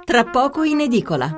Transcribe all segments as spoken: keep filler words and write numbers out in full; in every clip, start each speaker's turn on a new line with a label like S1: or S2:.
S1: Tra poco in edicola.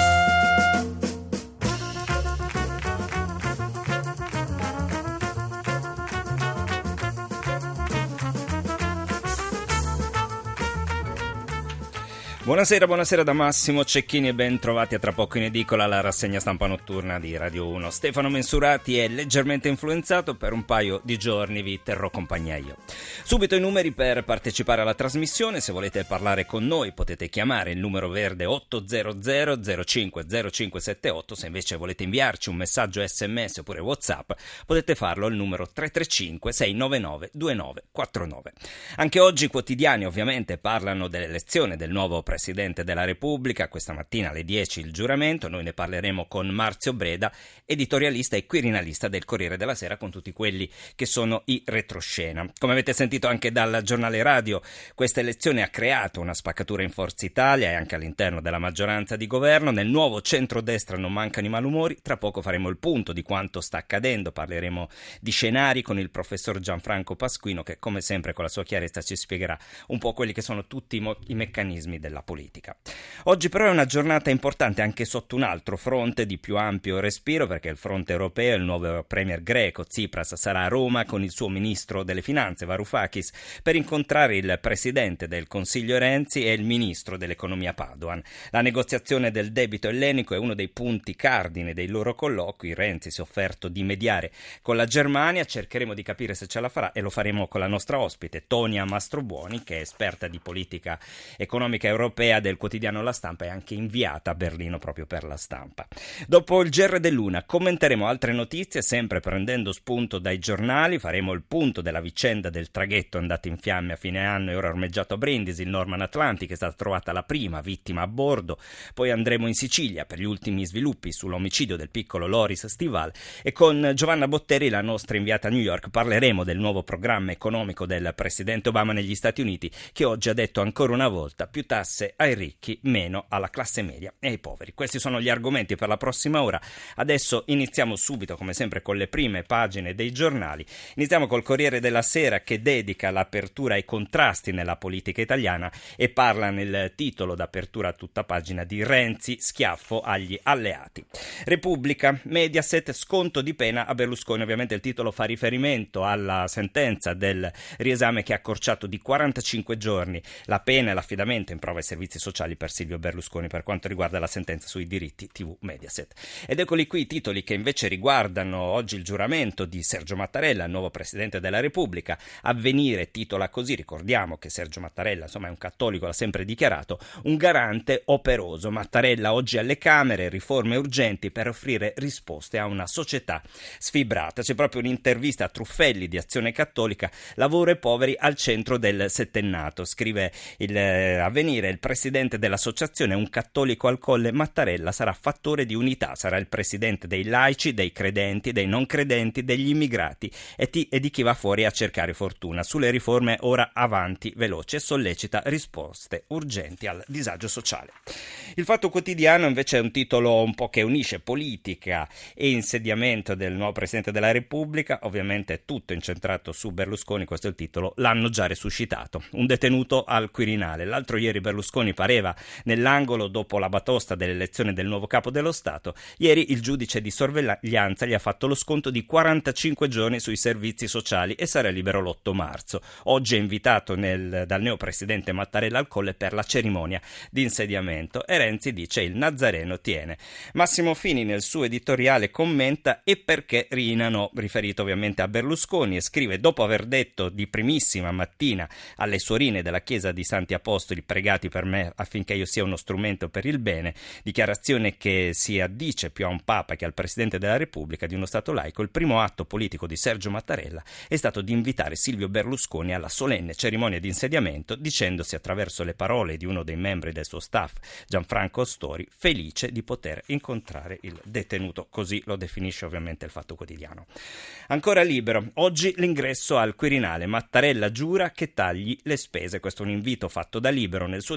S2: Buonasera, buonasera da Massimo Cecchini e ben trovati a Tra poco in edicola, la rassegna stampa notturna di Radio uno. Stefano Mensurati è leggermente influenzato, per un paio di giorni vi terrò compagnia io. Subito i numeri per partecipare alla trasmissione: se volete parlare con noi potete chiamare il numero verde otto zero zero zero cinque zero cinque sette otto, se invece volete inviarci un messaggio sms oppure WhatsApp potete farlo al numero tre tre cinque sei nove nove due nove quattro nove. Anche oggi i quotidiani ovviamente parlano dell'elezione del nuovo Presidente della Repubblica. Questa mattina alle dieci il giuramento, noi ne parleremo con Marzio Breda, editorialista e quirinalista del Corriere della Sera, con tutti quelli che sono i retroscena. Come avete sentito anche dal giornale radio, questa elezione ha creato una spaccatura in Forza Italia e anche all'interno della maggioranza di governo. Nel nuovo centrodestra non mancano i malumori. Tra poco faremo il punto di quanto sta accadendo, parleremo di scenari con il professor Gianfranco Pasquino, che come sempre con la sua chiarezza ci spiegherà un po' quelli che sono tutti i, mo- i meccanismi della politica. Oggi però è una giornata importante anche sotto un altro fronte di più ampio respiro, perché il fronte europeo, il nuovo premier greco Tsipras sarà a Roma con il suo ministro delle finanze Varoufakis per incontrare il presidente del Consiglio Renzi e il ministro dell'economia Padoan. La negoziazione del debito ellenico è uno dei punti cardine dei loro colloqui. Renzi si è offerto di mediare con la Germania, cercheremo di capire se ce la farà e lo faremo con la nostra ospite Tonia Mastrobuoni, che è esperta di politica economica europea del quotidiano La Stampa e anche inviata a Berlino proprio per La Stampa. Dopo il G R dell'una commenteremo altre notizie, sempre prendendo spunto dai giornali. Faremo il punto della vicenda del traghetto andato in fiamme a fine anno e ora ormeggiato a Brindisi, il Norman Atlantic. È stata trovata la prima vittima a bordo. Poi andremo in Sicilia per gli ultimi sviluppi sull'omicidio del piccolo Loris Stival e con Giovanna Botteri, la nostra inviata a New York, parleremo del nuovo programma economico del presidente Obama negli Stati Uniti, che oggi ha detto ancora una volta più tasse ai ricchi, meno alla classe media e ai poveri. Questi sono gli argomenti per la prossima ora. Adesso iniziamo subito, come sempre, con le prime pagine dei giornali. Iniziamo col Corriere della Sera, che dedica l'apertura ai contrasti nella politica italiana e parla nel titolo d'apertura a tutta pagina di Renzi, schiaffo agli alleati. Repubblica, Mediaset, sconto di pena a Berlusconi. Ovviamente il titolo fa riferimento alla sentenza del riesame che ha accorciato di quarantacinque giorni la pena e l'affidamento in prova ai servizi sociali per Silvio Berlusconi per quanto riguarda la sentenza sui diritti tivù Mediaset. Ed eccoli qui i titoli che invece riguardano oggi il giuramento di Sergio Mattarella, il nuovo Presidente della Repubblica. Avvenire titola così, ricordiamo che Sergio Mattarella insomma è un cattolico, l'ha sempre dichiarato, un garante operoso. Mattarella oggi alle Camere, riforme urgenti per offrire risposte a una società sfibrata. C'è proprio un'intervista a Truffelli di Azione Cattolica, lavoro e poveri al centro del settennato. Scrive il eh, Avvenire, il presidente dell'associazione, un cattolico al colle, Mattarella sarà fattore di unità, sarà il presidente dei laici, dei credenti, dei non credenti, degli immigrati e, ti, e di chi va fuori a cercare fortuna. Sulle riforme ora avanti veloce, sollecita risposte urgenti al disagio sociale. Il Fatto Quotidiano invece è un titolo un po' che unisce politica e insediamento del nuovo Presidente della Repubblica. Ovviamente è tutto incentrato su Berlusconi, questo è il titolo, l'hanno già resuscitato. Un detenuto al Quirinale. L'altro ieri Berlusconi pareva nell'angolo dopo la batosta dell'elezione del nuovo capo dello Stato. Ieri il giudice di sorveglianza gli ha fatto lo sconto di quarantacinque giorni sui servizi sociali e sarà libero l'otto marzo. Oggi è invitato nel, dal neopresidente Mattarella al Colle per la cerimonia di insediamento e Renzi dice il Nazareno tiene. Massimo Fini nel suo editoriale commenta e perché rinano, riferito ovviamente a Berlusconi, e scrive: dopo aver detto di primissima mattina alle suorine della chiesa di Santi Apostoli pregati per me affinché io sia uno strumento per il bene, dichiarazione che si addice più a un papa che al Presidente della Repubblica di uno Stato laico, il primo atto politico di Sergio Mattarella è stato di invitare Silvio Berlusconi alla solenne cerimonia di insediamento, dicendosi attraverso le parole di uno dei membri del suo staff, Gianfranco Stori, felice di poter incontrare il detenuto. Così lo definisce ovviamente il Fatto Quotidiano. Ancora Libero, oggi l'ingresso al Quirinale, Mattarella giura che tagli le spese. Questo è un invito fatto da Libero nel suo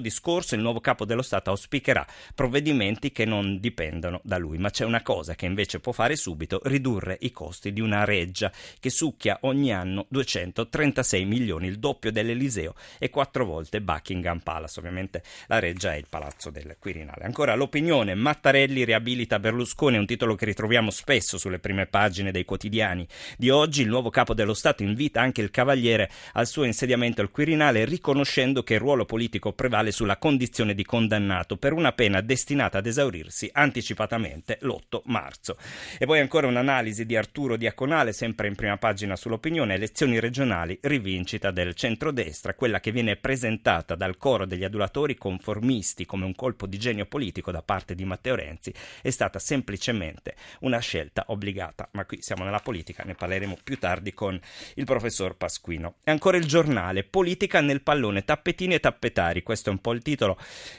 S2: discorso il nuovo capo dello Stato auspicherà provvedimenti che non dipendono da lui, ma c'è una cosa che invece può fare subito: ridurre i costi di una reggia che succhia ogni anno duecentotrentasei milioni, il doppio dell'Eliseo e quattro volte Buckingham Palace. Ovviamente la reggia è il palazzo del Quirinale. Ancora l'opinione: Mattarelli riabilita Berlusconi, è un titolo che ritroviamo spesso sulle prime pagine dei quotidiani di oggi. Il nuovo capo dello Stato invita anche il Cavaliere al suo insediamento al Quirinale, riconoscendo che il ruolo politico prevale sulla condizione di condannato per una pena destinata ad esaurirsi anticipatamente l'otto marzo. E poi ancora un'analisi di Arturo Diaconale, sempre in prima pagina sull'opinione: elezioni regionali, rivincita del centrodestra, quella che viene presentata dal coro degli adulatori conformisti come un colpo di genio politico da parte di Matteo Renzi è stata semplicemente una scelta obbligata. Ma qui siamo nella politica, ne parleremo più tardi con il professor Pasquino. E ancora il Giornale: politica nel pallone, tappetini e tappetari, questo è un po' il titolo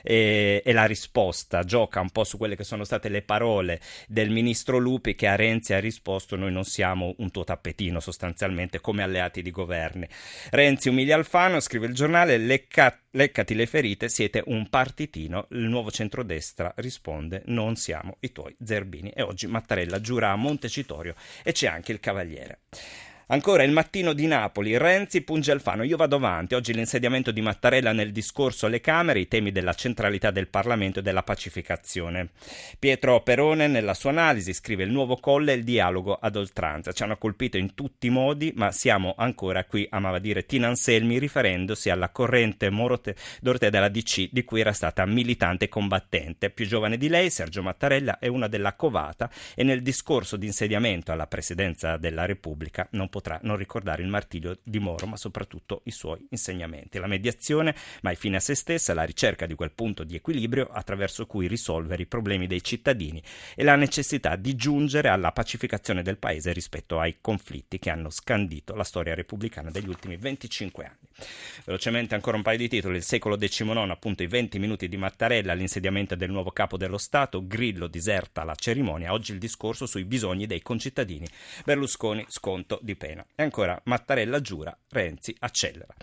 S2: e, e la risposta gioca un po' su quelle che sono state le parole del ministro Lupi, che a Renzi ha risposto: noi non siamo un tuo tappetino, sostanzialmente, come alleati di governi. Renzi umilia Alfano, scrive il Giornale, lecca, leccati le ferite, siete un partitino. Il nuovo centrodestra risponde: non siamo i tuoi zerbini. E oggi Mattarella giura a Montecitorio e c'è anche il Cavaliere. Ancora il Mattino di Napoli: Renzi punge Alfano, io vado avanti. Oggi l'insediamento di Mattarella nel discorso alle Camere, i temi della centralità del Parlamento e della pacificazione. Pietro Perone nella sua analisi scrive: il nuovo Colle e il dialogo ad oltranza ci hanno colpito in tutti i modi, ma siamo ancora qui, amava dire Tina Anselmi, riferendosi alla corrente Morote Dorte della D C di cui era stata militante e combattente. Più giovane di lei, Sergio Mattarella è una della covata e nel discorso di insediamento alla presidenza della Repubblica non potrà non ricordare il martirio di Moro, ma soprattutto i suoi insegnamenti. La mediazione, mai fine a se stessa, la ricerca di quel punto di equilibrio attraverso cui risolvere i problemi dei cittadini e la necessità di giungere alla pacificazione del paese rispetto ai conflitti che hanno scandito la storia repubblicana degli ultimi venticinque anni. Velocemente ancora un paio di titoli: il secolo diciannove, appunto i venti minuti di Mattarella all'insediamento del nuovo capo dello Stato, Grillo diserta la cerimonia, oggi il discorso sui bisogni dei concittadini, Berlusconi sconto di pena. E ancora Mattarella giura, Renzi accelera.